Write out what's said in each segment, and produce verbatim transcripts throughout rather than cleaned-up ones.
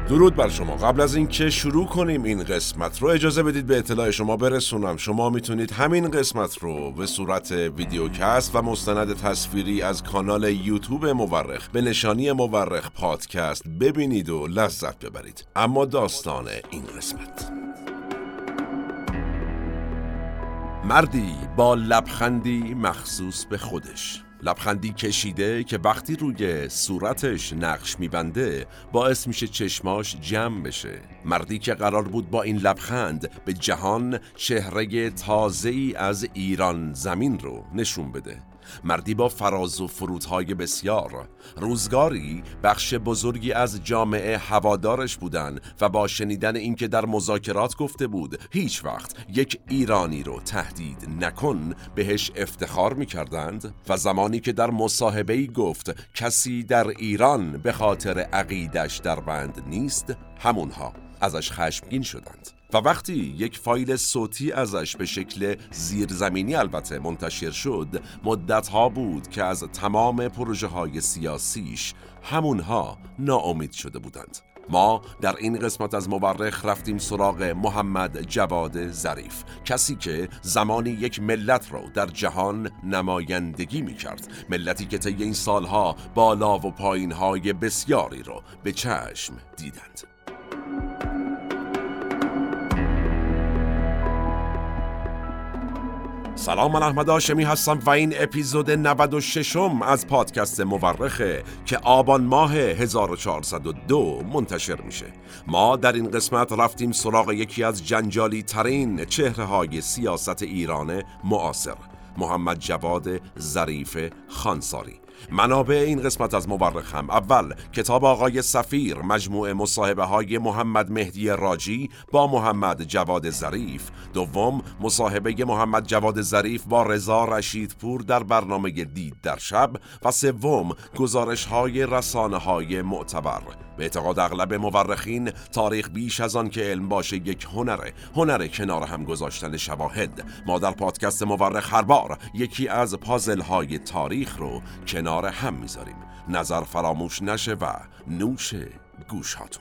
درود بر شما. قبل از اینکه شروع کنیم این قسمت رو اجازه بدید به اطلاع شما برسونم شما میتونید همین قسمت رو به صورت ویدیوکست و مستند تصویری از کانال یوتیوب مورخ به نشانی مورخ پادکست ببینید و لذت ببرید. اما داستان این قسمت: مردی با لبخندی مخصوص به خودش، لبخندی کشیده که وقتی روی صورتش نقش میبنده باعث میشه چشماش جمع بشه. مردی که قرار بود با این لبخند به جهان چهره تازه‌ای از ایران زمین رو نشون بده. مردی با فراز و فرودهای بسیار. روزگاری بخش بزرگی از جامعه هوادارش بودن و با شنیدن اینکه در مذاکرات گفته بود هیچ وقت یک ایرانی رو تهدید نکن بهش افتخار میکردند و زمانی که در مصاحبه‌ای گفت کسی در ایران به خاطر عقیدش در بند نیست، همونها ازش خشمگین شدند. و وقتی یک فایل صوتی ازش به شکل زیرزمینی البته منتشر شد، مدتها بود که از تمام پروژه های سیاسیش همونها ناامید شده بودند. ما در این قسمت از مورخ رفتیم سراغ محمد جواد ظریف، کسی که زمانی یک ملت رو در جهان نمایندگی می کرد، ملتی که طی این سالها بالا و پایینهای بسیاری رو به چشم دیدند. سلام، من احمد هاشمی هستم و این اپیزود نود و ششم از پادکست مورخه که آبان ماه هزار و چهارصد و دو منتشر میشه. ما در این قسمت رفتیم سراغ یکی از جنجالی ترین چهره های سیاست ایران معاصر، محمد جواد ظریف خانساری. منابع این قسمت از مورخ هم: اول کتاب آقای سفیر، مجموعه مصاحبه های محمد مهدی راجی با محمد جواد ظریف. دوم مصاحبه محمد جواد ظریف با رضا رشیدپور در برنامه دید در شب. و سوم گزارش های رسانه های معتبر. به اعتقاد اغلب مورخین تاریخ بیش از آن که علم باشه یک هنره، هنر کنار هم گذاشتن شواهد. ما در پادکست مورخ هر بار یکی از پازل های تاریخ رو کنار هم میذاریم. نظر فراموش نشه و نوش گوش هاتون.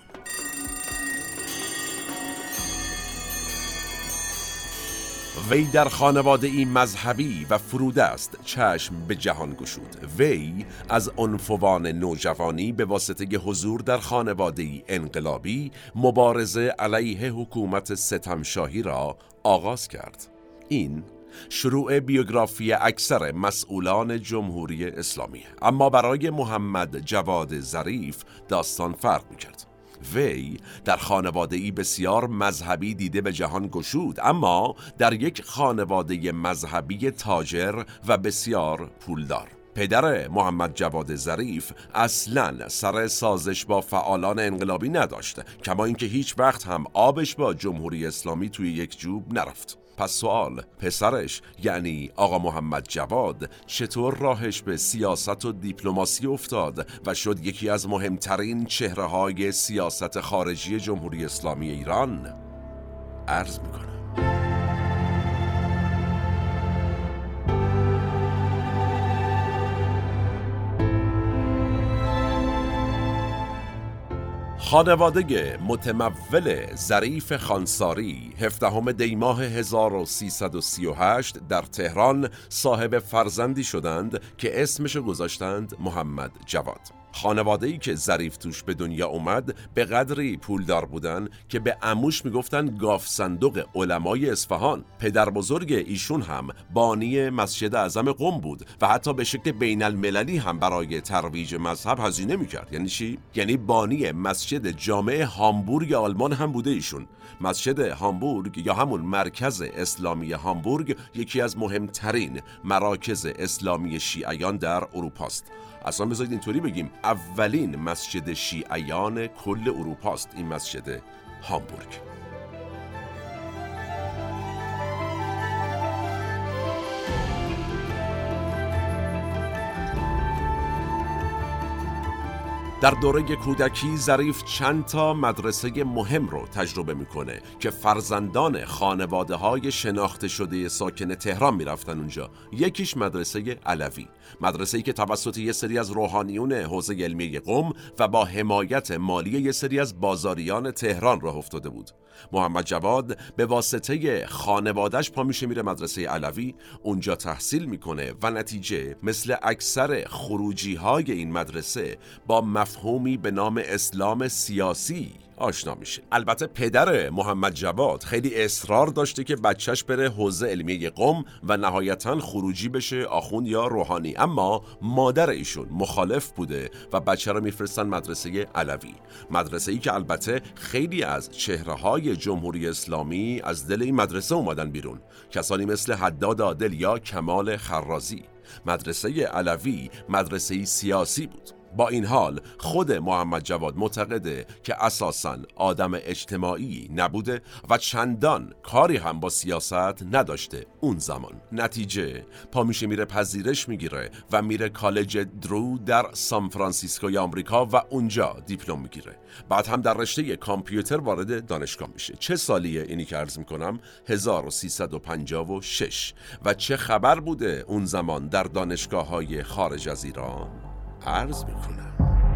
وی در خانواده ای مذهبی و فروده است چشم به جهان گشود. وی از عنفوان نوجوانی به واسطه حضور در خانواده ای انقلابی مبارزه علیه حکومت ستمشاهی را آغاز کرد. این شروع بیوگرافی اکثر مسئولان جمهوری اسلامی، اما برای محمد جواد ظریف داستان فرق می‌کرد. وی در خانواده‌ای بسیار مذهبی دیده به جهان گشود، اما در یک خانواده مذهبی تاجر و بسیار پولدار. پدر محمد جواد ظریف اصلاً سر سازش با فعالان انقلابی نداشت، کما اینکه هیچ وقت هم آبش با جمهوری اسلامی توی یک جوب نرفت. پس سوال، پسرش یعنی آقا محمد جواد چطور راهش به سیاست و دیپلماسی افتاد و شد یکی از مهمترین چهره‌های سیاست خارجی جمهوری اسلامی ایران؟ عرض میکنم. خانواده متمول ظریف خانساری هفدهم دی ماه هزار و سیصد و سی و هشت در تهران صاحب فرزندی شدند که اسمشو گذاشتند محمد جواد. خانواده‌ای که ظریف توش به دنیا اومد به قدری پولدار بودن که به عموش میگفتن گاف صندوق علمای اصفهان. پدر بزرگ ایشون هم بانی مسجد اعظم قم بود و حتی به شکل بین المللی هم برای ترویج مذهب هزینه میکرد. یعنی چی؟ یعنی بانی مسجد جامع هامبورگ آلمان هم بوده ایشون. مسجد هامبورگ یا همون مرکز اسلامی هامبورگ یکی از مهمترین مراکز اسلامی شیعیان در اروپاست. اصلا بذارید اینطوری بگیم اولین مسجد شیعیان کل اروپاست این مسجد هامبورگ. در دوره کودکی ظریف چند تا مدرسه مهم رو تجربه میکنه که فرزندان خانواده های شناخته شده ساکن تهران میرفتن اونجا. یکیش مدرسه علوی، مدرسه‌ای که توسط یه سری از روحانیون حوزه علمی قم و با حمایت مالی یه سری از بازاریان تهران راه افتاده بود. محمد جواد به واسطه خانواده‌اش پا میشه میره مدرسه علوی، اونجا تحصیل میکنه و نتیجه مثل اکثر خروجی های این مدرسه با مفهومی به نام اسلام سیاسی آشنا میشه. البته پدر محمد جواد خیلی اصرار داشته که بچهش بره حوزه علمی قم و نهایتاً خروجی بشه آخوند یا روحانی، اما مادر ایشون مخالف بوده و بچه رو میفرستن مدرسه علوی، مدرسه‌ای که البته خیلی از چهره‌های جمهوری اسلامی از دل این مدرسه اومدن بیرون، کسانی مثل حداد عادل یا کمال خرازی. مدرسه علوی مدرسه‌ای سیاسی بود. با این حال خود محمد جواد معتقده که اساساً آدم اجتماعی نبوده و چندان کاری هم با سیاست نداشته اون زمان. نتیجه پا میشه میره پذیرش میگیره و میره کالج درو در سان فرانسیسکوی آمریکا و اونجا دیپلم میگیره. بعد هم در رشته کامپیوتر وارد دانشگاه میشه. چه سالیه اینی که عرض میکنم؟ هزار و سیصد و پنجاه و شش. و چه خبر بوده اون زمان در دانشگاه‌های خارج از ایران؟ عرض میکنم.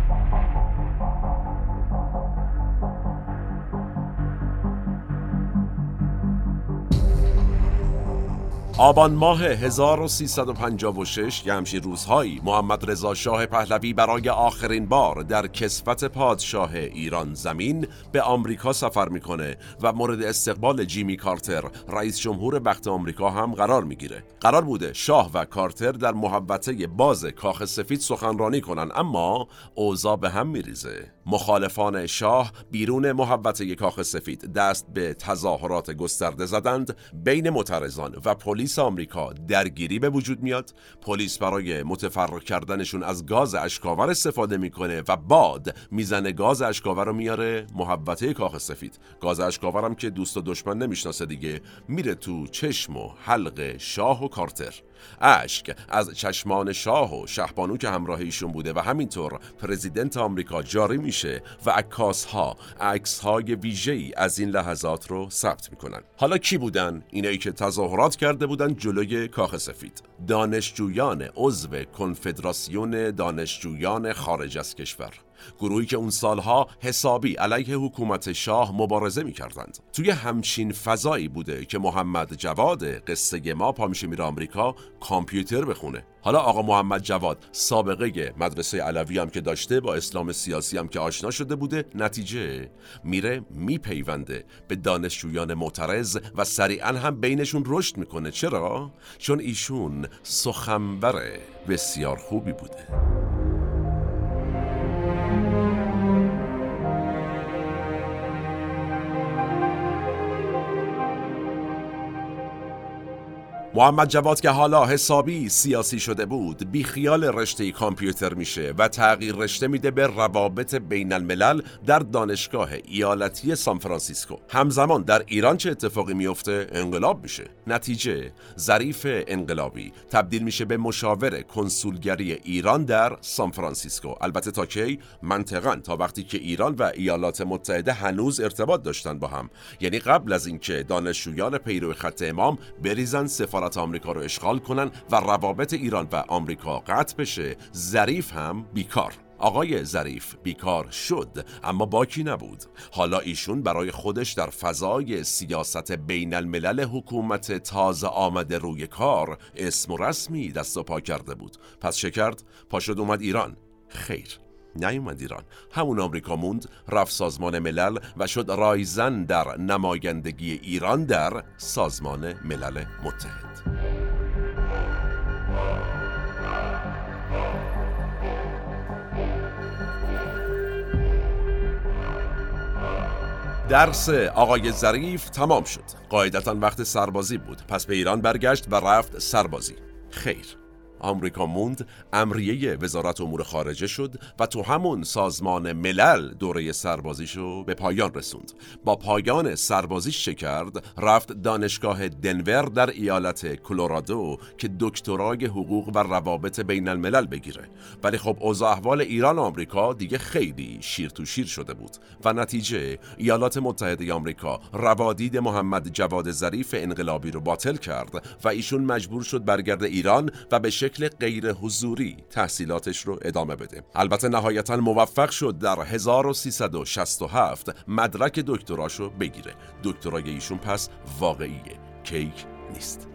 آبان ماه هزار و سیصد و پنجاه و شش یه همچین روزهایی محمد رضا شاه پهلوی برای آخرین بار در کسوت پادشاه ایران زمین به آمریکا سفر میکنه و مورد استقبال جیمی کارتر رئیس جمهور وقت آمریکا هم قرار میگیره. قرار بوده شاه و کارتر در محوطه باز کاخ سفید سخنرانی کنن، اما اوضاع به هم میریزه. مخالفان شاه بیرون محوطه کاخ سفید دست به تظاهرات گسترده زدند. بین معترضان و پلیس آمریکا درگیری به وجود میاد. پلیس برای متفرق کردنشون از گاز اشکاور استفاده میکنه و باد میزنه گاز اشکاور رو میاره محوطه کاخ سفید. گاز اشکاور هم که دوست و دشمن نمیشناسه دیگه، میره تو چشم و حلق شاه و کارتر. اشک از چشمان شاه و شهبانو که همراه ایشون بوده و همینطور پرزیدنت آمریکا جاری میشه و عکاس‌ها عکس‌های ویژه‌ای از این لحظات رو ثبت میکنن. حالا کی بودن اینایی که تظاهرات کرده بودن جلوی کاخ سفید؟ دانشجویان عضو کنفدراسیون دانشجویان خارج از کشور، گروهی که اون سالها حسابی علیه حکومت شاه مبارزه می‌کردند. توی همچین فضایی بوده که محمد جواد قصه ما پا میشه میره آمریکا کامپیوتر بخونه. حالا آقا محمد جواد سابقه مدرسه علوی هم که داشته، با اسلام سیاسی هم که آشنا شده بوده، نتیجه میره میپیونده به دانشجویان معترض و سریعا هم بینشون رشد میکنه. چرا؟ چون ایشون سخنور بسیار خوبی بوده. محمد جواد که حالا حسابی سیاسی شده بود، بی خیال رشته کامپیوتر میشه و تغییر رشته میده به روابط بین الملل در دانشگاه ایالتی سان فرانسیسکو. همزمان در ایران چه اتفاقی میفته؟ انقلاب میشه. نتیجه ظریف انقلابی تبدیل میشه به مشاور کنسولگری ایران در سان فرانسیسکو. البته تا کی؟ منطقاً تا وقتی که ایران و ایالات متحده هنوز ارتباط داشتن با هم، یعنی قبل از اینکه دانشجویان پیرو خط امام بریزن سفارت آمریکا رو اشغال کنن و روابط ایران و آمریکا قطع بشه، ظریف هم بیکار. آقای ظریف بیکار شد، اما باکی نبود. حالا ایشون برای خودش در فضای سیاست بین الملل حکومت تازه آمده روی کار اسم و رسمی دست و پا کرده بود. پس چه کرد؟ پا شد اومد ایران؟ خیر، نیومد ایران. همون آمریکا موند، رفت سازمان ملل و شد رایزن در نمایندگی ایران در سازمان ملل متحد. درس آقای ظریف تمام شد. قاعدتاً وقت سربازی بود، پس به ایران برگشت و رفت سربازی. خیر، آمریکا موند، امریه وزارت امور خارجه شد و تو همون سازمان ملل دوره سربازیشو به پایان رسوند. با پایان سربازیش چه کرد؟ رفت دانشگاه دنور در ایالت کلرادو که دکترای حقوق و روابط بین الملل بگیره. ولی خب اوضاع احوال ایران و آمریکا دیگه خیلی شیر تو شیر شده بود و نتیجه ایالات متحده آمریکا روادید محمد جواد ظریف انقلابی رو باطل کرد و ایشون مجبور شد برگرده ایران و به شکل غیر حضوری تحصیلاتش رو ادامه بده. البته نهایتاً موفق شد در هزار و سیصد و شصت و هفت مدرک دکتراشو بگیره. دکترای ایشون پس واقعیه، کیک نیست.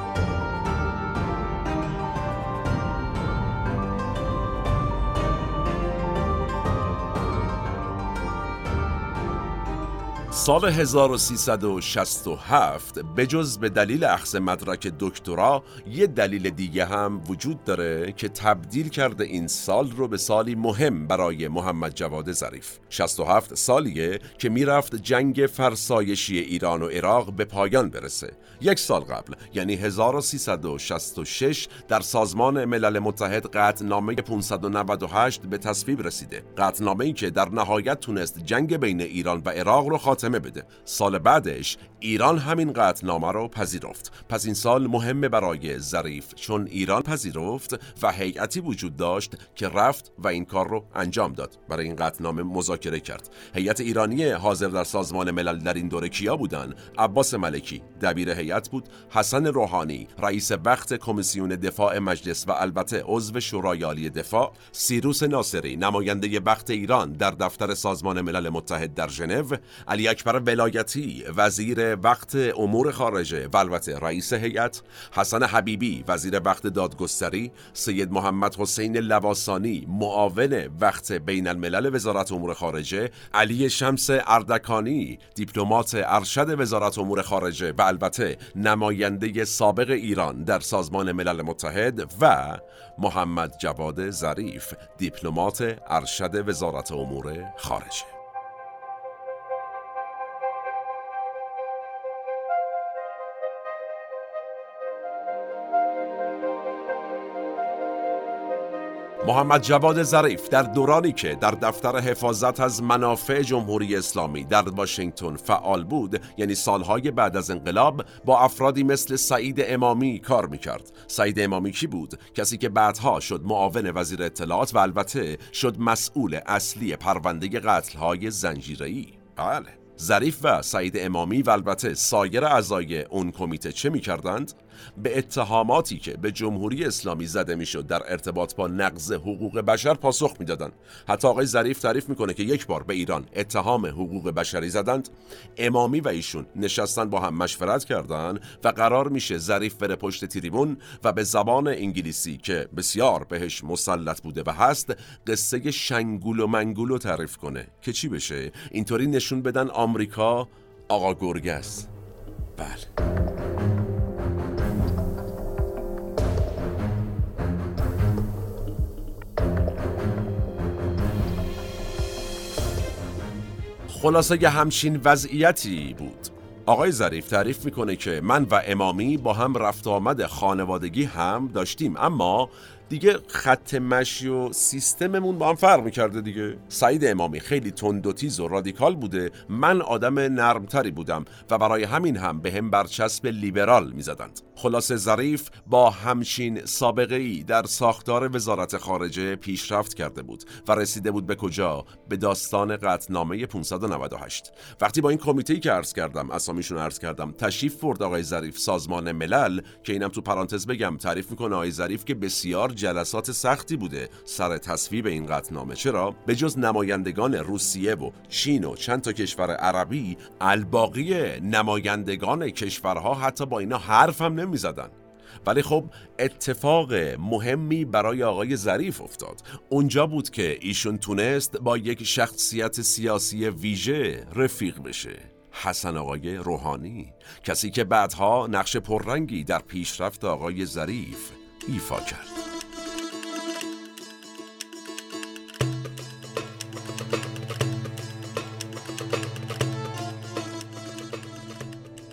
سال هزار و سیصد و شصت و هفت بجز به دلیل اخذ مدرک دکترا یه دلیل دیگه هم وجود داره که تبدیل کرده این سال رو به سالی مهم برای محمد جواد ظریف. شصت و هفت سالیه که میرفت جنگ فرسایشی ایران و عراق به پایان برسه. یک سال قبل یعنی هزار و سیصد و شصت و شش در سازمان ملل متحد قطعنامه پانصد و نود و هشت به تصویب رسیده. قطعنامه‌ای که در نهایت تونست جنگ بین ایران و عراق رو خاتمه بده. سال بعدش ایران همین قطعنامه رو پذیرفت. پس این سال مهمه برای ظریف چون ایران پذیرفت و هیئتی وجود داشت که رفت و این کار رو انجام داد. برای این قطعنامه مذاکره کرد. هیئت ایرانی حاضر در سازمان ملل در این دوره کیا بودن؟ عباس ملکی دبیر هیئت بود، حسن روحانی رئیس وقت کمیسیون دفاع مجلس و البته عضو شورای عالی دفاع، سیروس ناصری نماینده وقت ایران در دفتر سازمان ملل متحد در ژنو، علی اکبر ولایتی وزیر وقت امور خارجه و البته رئیس هیئت، حسن حبیبی وزیر وقت دادگستری، سید محمد حسین لواسانی معاون وقت بین الملل وزارت امور خارجه، علی شمس اردکانی دیپلمات ارشد وزارت امور خارجه و البته نماینده سابق ایران در سازمان ملل متحد و محمد جواد ظریف دیپلمات ارشد وزارت امور خارجه. محمد جواد ظریف در دورانی که در دفتر حفاظت از منافع جمهوری اسلامی در واشنگتن فعال بود، یعنی سالهای بعد از انقلاب، با افرادی مثل سعید امامی کار میکرد. سعید امامی کی بود؟ کسی که بعدها شد معاون وزیر اطلاعات و البته شد مسئول اصلی پرونده قتل‌های زنجیره‌ای. بله. ظریف و سعید امامی و البته سایر اعضای اون کمیته چه می‌کردند؟ به اتهاماتی که به جمهوری اسلامی زده میشد در ارتباط با نقض حقوق بشر پاسخ میدادند. حتی آقای ظریف تعریف میکنه که یک بار به ایران اتهام حقوق بشری زدند، امامی و ایشون نشستن با هم مشورت کردند و قرار میشه ظریف بره پشت تریبون و به زبان انگلیسی که بسیار بهش مسلط بوده و هست قصه شنگول و منگول رو تعریف کنه که چی بشه؟ اینطوری نشون بدن آمریکا آقا گرگ است. بله. خلاصه یه همچین وضعیتی بود. آقای ظریف تعریف میکنه که من و امامی با هم رفت آمد خانوادگی هم داشتیم، اما دیگه خط مشی و سیستممون با هم فرق میکرده دیگه. سعید امامی خیلی تند و تیز و رادیکال بوده، من آدم نرمتری بودم و برای همین هم به هم برچسب لیبرال میزدند. خلاصه ظریف با همچین سابقه ای در ساختار وزارت خارجه پیشرفت کرده بود و رسیده بود به کجا؟ به داستان قطعنامه پانصد و نود و هشت. وقتی با این کمیته‌ای که عرض کردم، اسامیشون عرض کردم، تشریف برد آقای ظریف سازمان ملل، که اینم تو پرانتز بگم تعریف میکنه آقای ظریف که بسیار جلسات سختی بوده سر تصویب این قطعنامه. چرا؟ به جز نمایندگان روسیه و چین و چند تا کشور عربی، الباقی نمایندگان کشورها حتی با اینا حرف هم نمی زدن. ولی خب اتفاق مهمی برای آقای ظریف افتاد. اونجا بود که ایشون تونست با یک شخصیت سیاسی ویژه رفیق بشه، حسن آقای روحانی، کسی که بعدها نقش پررنگی در پیشرفت آقای ظریف ایفا کرد.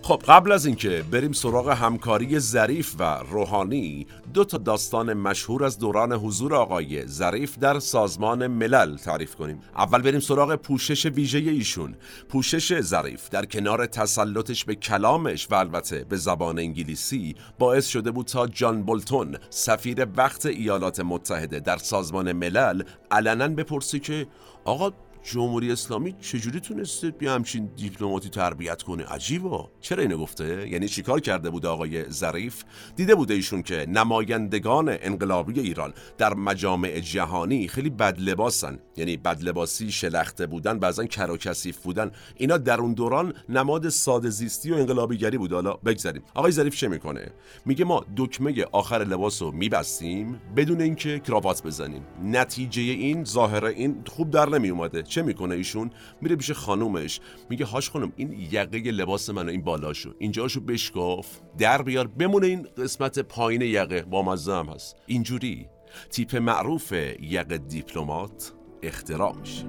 خب قبل از اینکه بریم سراغ همکاری ظریف و روحانی، دو تا داستان مشهور از دوران حضور آقای ظریف در سازمان ملل تعریف کنیم. اول بریم سراغ پوشش ویژه ایشون. پوشش ظریف در کنار تسلطش به کلامش و البته به زبان انگلیسی باعث شده بود تا جان بولتون، سفیر وقت ایالات متحده در سازمان ملل، علنا بپرسه که آقا جمهوری اسلامی چجوری تونسته یه همچین دیپلماتی تربیت کنه؟ عجیبا. چرا اینو گفته؟ یعنی چیکار کرده بود آقای ظریف؟ دیده بوده ایشون که نمایندگان انقلابی ایران در مجامع جهانی خیلی بدلباسن، یعنی بدلباسی، شلخته بودن، بعضن کر و کثیف بودن، اینا در اون دوران نماد ساده زیستی و انقلابیگری بود. حالا بگذاریم. آقای ظریف چه میکنه؟ میگه ما دکمه آخر لباسو میبستیم بدون اینکه کراوات بزنیم. نتیجه این، ظاهر این خوب در نمیومده. چه میکنه ایشون؟ میره پیش خانومش، میگه هاش خانم این یقه لباس منو، این بالاشو، اینجاشو بشکاف، در بیار، بمونه این قسمت پایین یقه، با مزه هم هست. اینجوری تیپ معروف یقه دیپلمات اختراع میشه.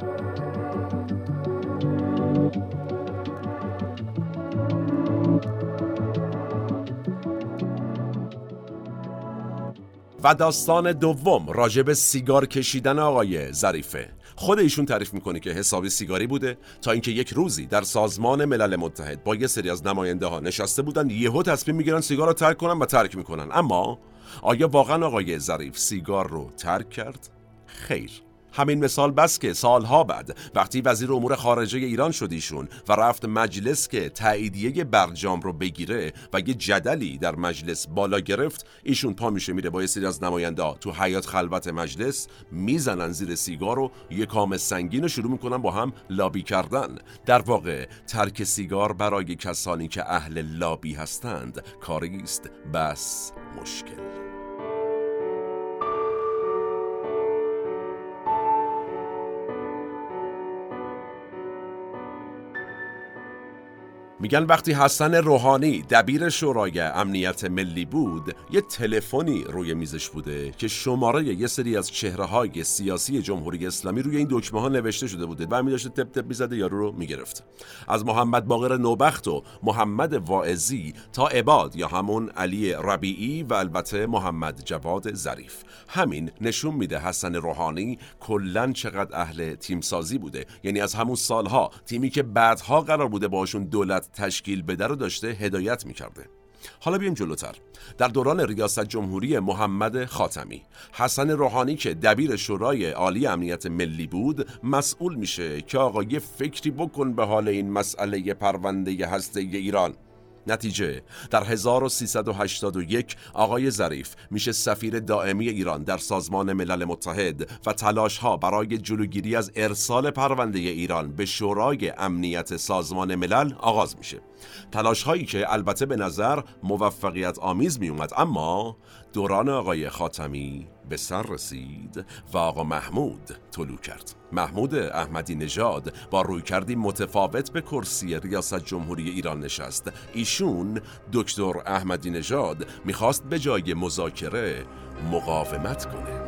و داستان دوم راجب سیگار کشیدن آقای ظریفه. خود ایشون تعریف میکنه که حسابی سیگاری بوده، تا اینکه یک روزی در سازمان ملل متحد با یه سری از نماینده ها نشسته بودن، یهو تصمیم میگیرن سیگار رو ترک کنن و ترک میکنن. اما آیا واقعا آقای ظریف سیگار رو ترک کرد؟ خیر. همین مثال بس که سالها بعد وقتی وزیر امور خارجه ایران شد ایشون و رفت مجلس که تاییدیه برجام رو بگیره و یه جدلی در مجلس بالا گرفت، ایشون پا میشه میره با یه سری از نماینده تو حیاط خلوت مجلس، میزنن زیر سیگار و یه کام سنگین رو شروع میکنن با هم لابی کردن. در واقع ترک سیگار برای کسانی که اهل لابی هستند کاری است بس مشکل. میگن وقتی حسن روحانی دبیر شورای امنیت ملی بود، یه تلفنی روی میزش بوده که شماره یه سری از چهره‌های سیاسی جمهوری اسلامی روی این دکمه ها نوشته شده بوده و می‌داشته تپ تپ می‌زده، یارو رو می‌گرفت. از محمد باقر نوبخت و محمد واعظی تا عباد یا همون علی ربیعی و البته محمد جواد ظریف. همین نشون میده حسن روحانی کلاً چقدر اهل تیم سازی بوده. یعنی از همون سالها تیمی که بعدها قرار بوده باشون دولت تشکیل بده رو داشته هدایت میکرده. حالا بیایم جلوتر. در دوران ریاست جمهوری محمد خاتمی، حسن روحانی که دبیر شورای عالی امنیت ملی بود، مسئول میشه که آقا یه فکری بکن به حال این مسئله پرونده هسته‌ای ایران. نتیجه در هزار و سیصد و هشتاد و یک آقای ظریف میشه سفیر دائمی ایران در سازمان ملل متحد و تلاش‌ها برای جلوگیری از ارسال پرونده ایران به شورای امنیت سازمان ملل آغاز میشه. تلاش‌هایی که البته به نظر موفقیت آمیز می اومد، اما دوران آقای خاتمی به سر رسید و آقا محمود طلوع کرد. محمود احمدی نژاد با رویکردی متفاوت به کرسی ریاست جمهوری ایران نشست. ایشون دکتر احمدی نژاد میخواست به جای مذاکره مقاومت کنه.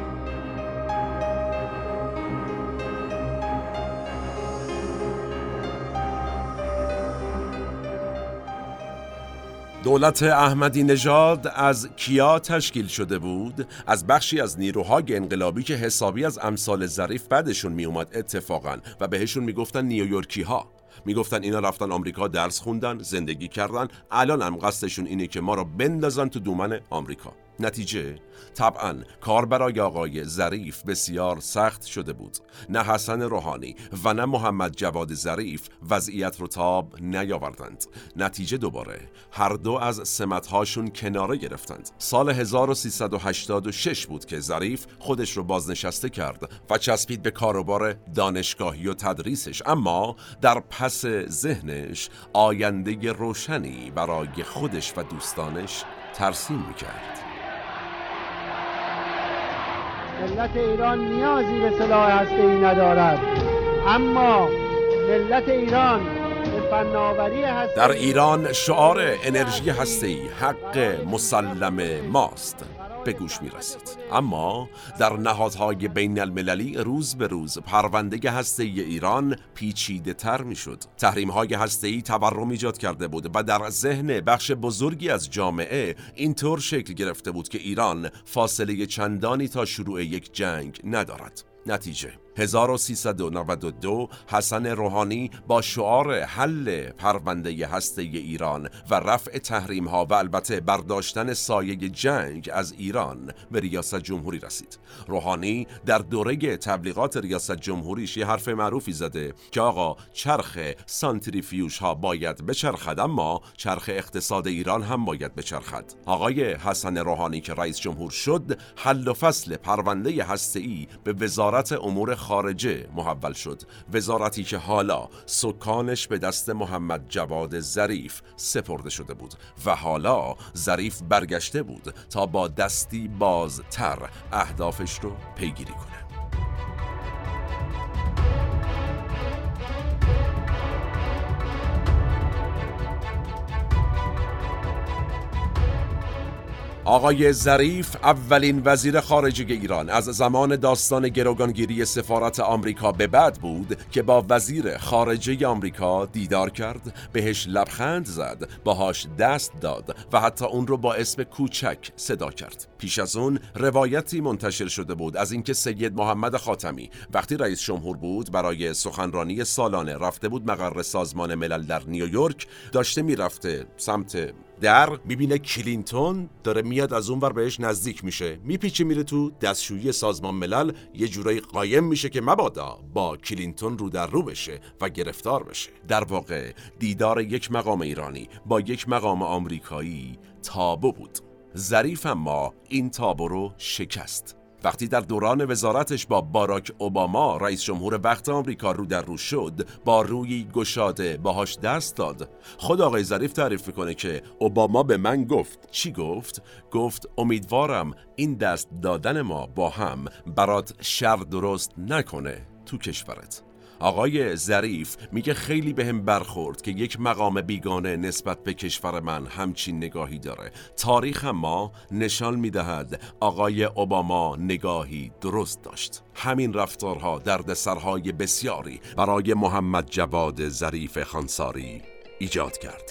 دولت احمدی نژاد از کیا تشکیل شده بود؟ از بخشی از نیروهای انقلابی که حسابی از امثال ظریف بعدشون می اومد اتفاقا و بهشون میگفتن نیویورکی ها. میگفتن اینا رفتن آمریکا درس خوندن، زندگی کردن، الان هم قصدشون اینه که ما رو بندازن تو دومن آمریکا. نتیجه طبعا کار برای آقای ظریف بسیار سخت شده بود. نه حسن روحانی و نه محمد جواد ظریف وضعیت رو تاب نیاوردند. نتیجه دوباره هر دو از سمت‌هاشون کناره گرفتند. سال هزار و سیصد و هشتاد و شش بود که ظریف خودش رو بازنشسته کرد و چسبید به کاروبار دانشگاهی و تدریسش، اما در پس ذهنش آینده روشنی برای خودش و دوستانش ترسیم می‌کرد. ملت ایران نیازی به سلاح هسته‌ای ندارد، اما ملت ایران به فناوری هسته‌ای در ایران شعار انرژی هسته‌ای حق مسلم ماست. به گوش می رسید. اما در نهادهای بین المللی روز به روز پرونده هسته‌ای ایران پیچیده تر می شد. تحریم های هسته‌ای تورم ایجاد کرده بود و در ذهن بخش بزرگی از جامعه اینطور شکل گرفته بود که ایران فاصله چندانی تا شروع یک جنگ ندارد. نتیجه هزار و سیصد و نود و دو حسن روحانی با شعار حل پرونده هسته‌ای ایران و رفع تحریم ها و البته برداشتن سایه جنگ از ایران به ریاست جمهوری رسید. روحانی در دوره تبلیغات ریاست جمهوریش یه حرف معروفی زده که آقا چرخ سانتریفیوژ ها باید بچرخد، اما چرخ اقتصاد ایران هم باید بچرخد. آقای حسن روحانی که رئیس جمهور شد، حل و فصل پرونده هسته‌ای به وزارت امور خارجه محول شد، وزارتی که حالا سکانش به دست محمد جواد ظریف سپرده شده بود و حالا ظریف برگشته بود تا با دستی بازتر اهدافش رو پیگیری کنه. آقای ظریف اولین وزیر خارجه ایران از زمان داستان گروگانگیری سفارت آمریکا به بعد بود که با وزیر خارجه آمریکا دیدار کرد، بهش لبخند زد، باهاش دست داد و حتی اون رو با اسم کوچک صدا کرد. پیش از اون روایتی منتشر شده بود از اینکه سید محمد خاتمی وقتی رئیس جمهور بود برای سخنرانی سالانه رفته بود مقر سازمان ملل در نیویورک، داشته میرفته سمت در، میبینه کلینتون داره میاد از اون ور بهش نزدیک میشه، میپیچه میره تو دستشویی سازمان ملل، یه جورایی قایم میشه که مبادا با کلینتون رو در رو بشه و گرفتار بشه. در واقع دیدار یک مقام ایرانی با یک مقام آمریکایی تابو بود. ظریف اما این تابو رو شکست. وقتی در دوران وزارتش با باراک اوباما رئیس جمهور وقت آمریکا رو در رو شد، با روی گشاده باهاش دست داد. خود آقای ظریف تعریف میکنه که اوباما به من گفت. چی گفت؟ گفت امیدوارم این دست دادن ما با هم برات شر درست نکنه تو کشورت. آقای ظریف میگه خیلی بهم برخورد که یک مقام بیگانه نسبت به کشور من همچین نگاهی داره. تاریخ ما نشان میدهد آقای اوباما نگاهی درست داشت. همین رفتارها دردسرهای بسیاری برای محمد جواد ظریف خانساری ایجاد کرد.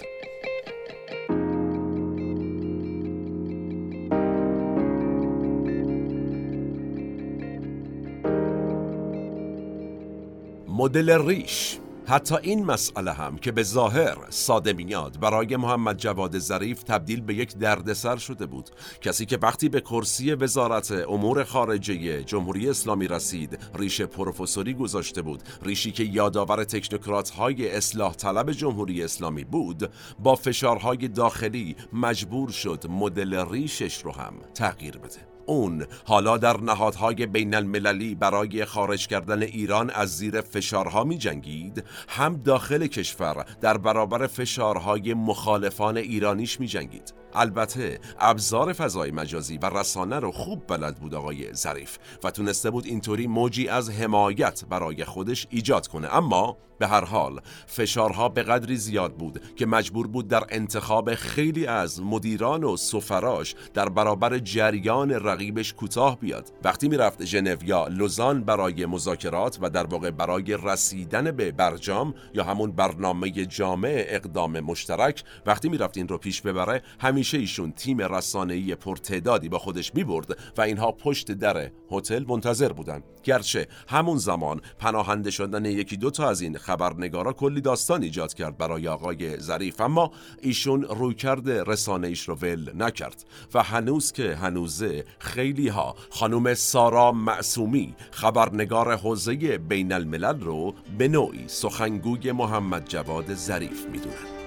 مدل ریش. حتی این مسئله هم که به ظاهر ساده میاد برای محمد جواد ظریف تبدیل به یک دردسر شده بود. کسی که وقتی به کرسی وزارت امور خارجه جمهوری اسلامی رسید ریش پروفسوری گذاشته بود، ریشی که یادآور تکنوکرات‌های اصلاح طلب جمهوری اسلامی بود، با فشارهای داخلی مجبور شد مدل ریشش رو هم تغییر بده. اون حالا در نهادهای بین المللی برای خارج کردن ایران از زیر فشارها می جنگید، هم داخل کشور در برابر فشارهای مخالفان ایرانیش می جنگید. البته ابزار فضای مجازی و رسانه رو خوب بلد بود آقای ظریف و تونسته بود اینطوری موجی از حمایت برای خودش ایجاد کنه، اما به هر حال فشارها به قدری زیاد بود که مجبور بود در انتخاب خیلی از مدیران و سفراش در برابر جریان رقیبش کوتاه بیاد. وقتی میرفت ژنو یا لوزان برای مذاکرات و در واقع برای رسیدن به برجام یا همون برنامه جامع اقدام مشترک، وقتی میرفت این رو پیش ببره، همیشه ایشون تیم رسانه‌ای پرتعدادی با خودش میبرد و اینها پشت در هتل منتظر بودن. گرچه همون زمان پناهنده شدن یکی دو تا از این خبرنگارا کلی داستان ایجاد کرد برای آقای ظریف، اما ایشون رویکرد رسانه‌ایش رو ول نکرد و هنوز که هنوزه خیلی ها خانم سارا معصومی خبرنگار حوزه بین الملل رو به نوعی سخنگوی محمد جواد ظریف میدونن.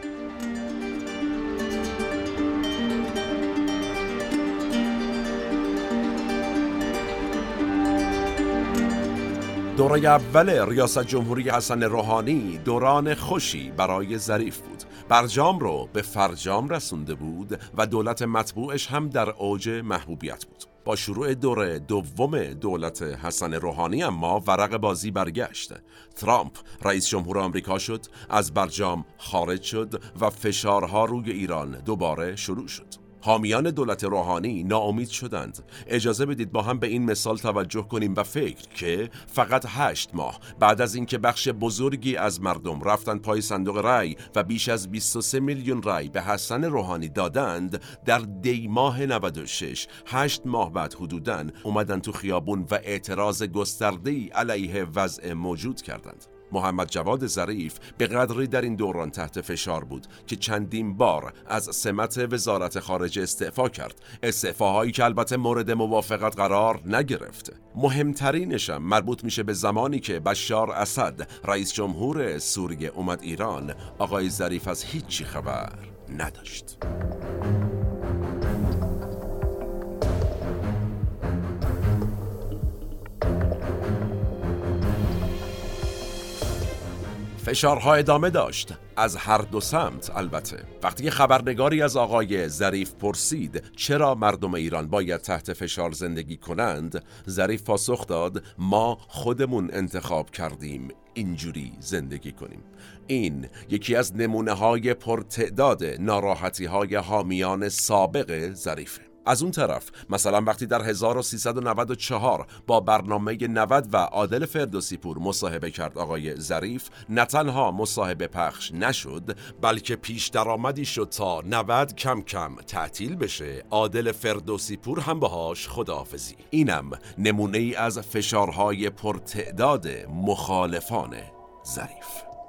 دوره اول ریاست جمهوری حسن روحانی دوران خوشی برای ظریف بود. برجام رو به فرجام رسونده بود و دولت مطبوعش هم در اوج محبوبیت بود. با شروع دوره دوم دولت حسن روحانی اما ورق بازی برگشت. ترامپ رئیس جمهور آمریکا شد، از برجام خارج شد و فشارها روی ایران دوباره شروع شد. حامیان دولت روحانی ناامید شدند. اجازه بدید با هم به این مثال توجه کنیم و فکر که فقط هشت ماه بعد از اینکه بخش بزرگی از مردم رفتن پای صندوق رای و بیش از بیست و سه میلیون رای به حسن روحانی دادند، در دی ماه نود و شش، هشت ماه بعد حدوداً، اومدن تو خیابون و اعتراض گسترده‌ای علیه وضع موجود کردند. محمد جواد ظریف به قدری در این دوران تحت فشار بود که چندین بار از سمت وزارت خارجه استعفا کرد، استعفاهایی که البته مورد موافقت قرار نگرفت. مهمترینش هم مربوط میشه به زمانی که بشار اسد رئیس جمهور سوریه اومد ایران. آقای ظریف از هیچی خبر نداشت. فشارها ادامه داشت، از هر دو سمت. البته وقتی خبرنگاری از آقای ظریف پرسید چرا مردم ایران باید تحت فشار زندگی کنند، ظریف پاسخ داد ما خودمون انتخاب کردیم اینجوری زندگی کنیم. این یکی از نمونه های پرتعداد ناراحتی های حامیان سابق ظریفه. از اون طرف مثلا وقتی در هزار و سیصد و نود و چهار با برنامه نود و عادل فردوسی پور مصاحبه کرد آقای ظریف، نه تنها مصاحبه پخش نشد بلکه پیش درآمدی شد تا نود کم کم تعطیل بشه، عادل فردوسی پور هم باهاش خداحافظی. اینم نمونه ای از فشارهای پرتعداد مخالفان ظریف.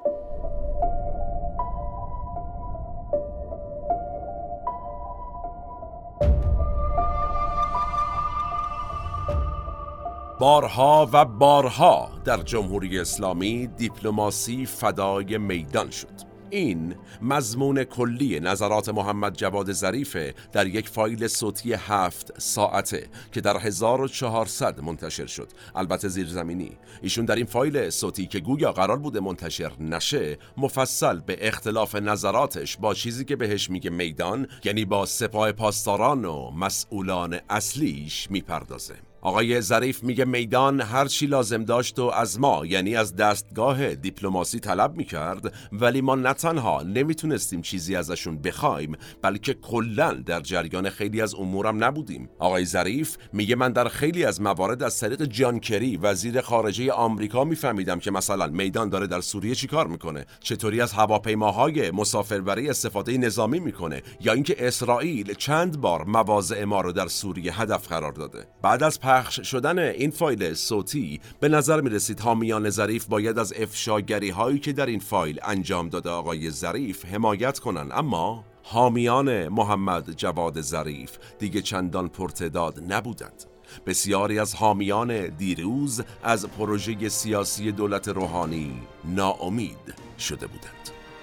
بارها و بارها در جمهوری اسلامی دیپلماسی فدای میدان شد. این مضمون کلی نظرات محمد جواد ظریف در یک فایل صوتی هفت ساعته که در هزار و چهارصد منتشر شد، البته زیرزمینی. ایشون در این فایل صوتی که گویا قرار بوده منتشر نشه، مفصل به اختلاف نظراتش با چیزی که بهش میگه میدان، یعنی با سپاه پاسداران و مسئولان اصلیش میپردازه. آقای ظریف میگه میدان هر چی لازم داشت و از ما، یعنی از دستگاه دیپلماسی طلب میکرد، ولی ما نه تنها نمیتونستیم چیزی ازشون بخوایم بلکه کلاً در جریان خیلی از امورم نبودیم. آقای ظریف میگه من در خیلی از موارد از طریق جان کری وزیر خارجه آمریکا میفهمیدم که مثلا میدان داره در سوریه چیکار میکنه، چطوری از هواپیماهای مسافربری استفاده نظامی میکنه، یا اینکه اسرائیل چند بار مواضع ما رو در سوریه هدف قرار داده. بعد از پخش شدن این فایل صوتی به نظر می رسید حامیان ظریف باید از افشاگری هایی که در این فایل انجام داده آقای ظریف حمایت کنن، اما حامیان محمد جواد ظریف دیگه چندان پرتعداد نبودند. بسیاری از حامیان دیروز از پروژه سیاسی دولت روحانی ناامید شده بودند.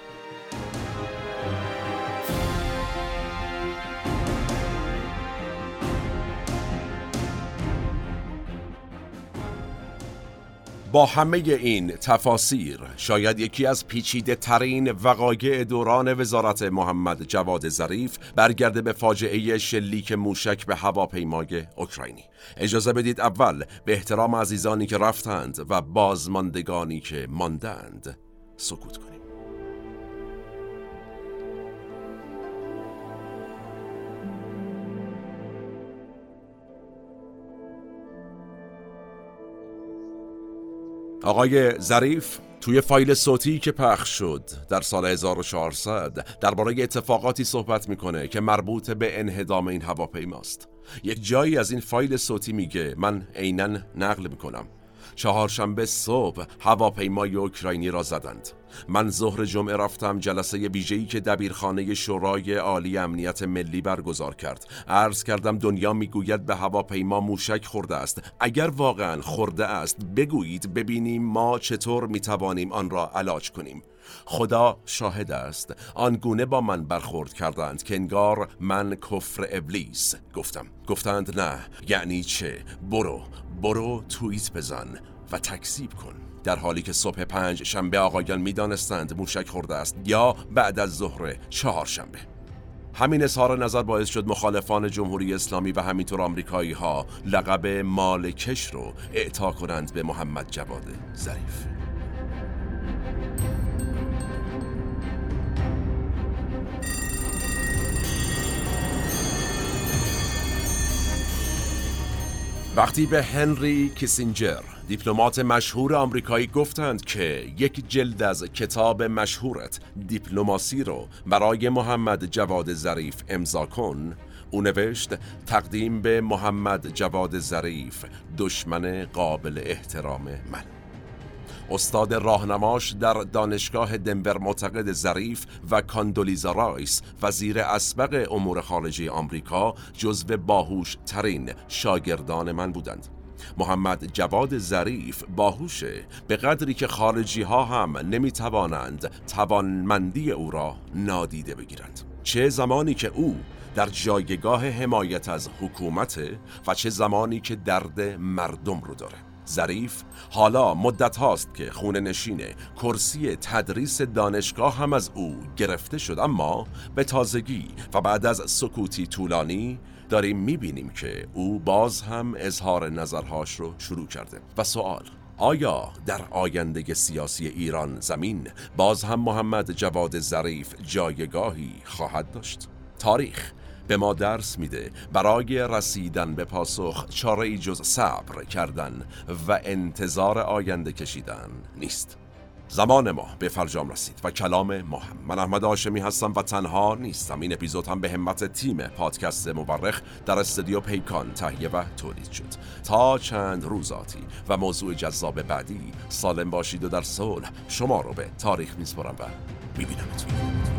با همه این تفاسیر، شاید یکی از پیچیده ترین وقایع دوران وزارت محمد جواد ظریف برگرده به فاجعه شلیک موشک به هواپیمای اوکراینی. اجازه بدید اول به احترام عزیزانی که رفتند و بازماندگانی که ماندند سکوت کنیم. آقای ظریف توی فایل صوتی که پخش شد در سال هزار و چهارصد درباره اتفاقاتی صحبت میکنه که مربوط به انهدام این هواپیماست. یک جایی از این فایل صوتی میگه، من عیناً نقل میکنم: چهارشنبه صبح هواپیمای اوکراینی را زدند. من ظهر جمعه رفتم جلسه ویژه‌ای که دبیرخانه شورای عالی امنیت ملی برگزار کرد. عرض کردم دنیا میگوید به هواپیما موشک خورده است. اگر واقعا خورده است بگویید ببینیم ما چطور میتوانیم آن را علاج کنیم. خدا شاهد است، آنگونه با من برخورد کردند که انگار من کفر ابلیس گفتم. گفتند نه، یعنی چه؟ برو برو توییت بزن و تکذیب کن. در حالی که صبح پنج شنبه آقایان میدانستند موشک خورده است، یا بعد از ظهر چهار شنبه. همین اظهار نظر باعث شد مخالفان جمهوری اسلامی و همینطور آمریکایی ها لقب مالکش رو اعطا کنند به محمد جواد ظریف. وقتی به هنری کیسینجر دیپلمات مشهور آمریکایی گفتند که یک جلد از کتاب مشهورت دیپلماسی رو برای محمد جواد ظریف امضا کن، او نوشت تقدیم به محمد جواد ظریف، دشمن قابل احترام من. استاد راهنماش در دانشگاه دنور معتقد ظریف و کاندولیزا رایس وزیر اسبق امور خارجه آمریکا جزو باهوش ترین شاگردان من بودند. محمد جواد ظریف باهوشه به قدری که خارجی ها هم نمی توانند توانمندی او را نادیده بگیرند، چه زمانی که او در جایگاه حمایت از حکومت و چه زمانی که درد مردم رو داره. ظریف حالا مدت هاست که خونه نشین کرسی تدریس دانشگاه هم از او گرفته شد، اما به تازگی و بعد از سکوتی طولانی داریم میبینیم که او باز هم اظهار نظرهاش رو شروع کرده. و سوال، آیا در آینده سیاسی ایران زمین باز هم محمد جواد ظریف جایگاهی خواهد داشت؟ تاریخ به ما درس میده برای رسیدن به پاسخ چاره‌ای جز صبر کردن و انتظار آینده کشیدن نیست. زمان ما به فرجام رسید و کلام ما هم. من احمد هاشمی هستم و تنها نیستم. این اپیزود هم به همت تیم پادکست مورخ در استودیو پیکان تهیه و تولید شد. تا چند روزاتی و موضوع جذاب بعدی، سالم باشید و در صلح. شما رو به تاریخ میسپارم و میبینمتون.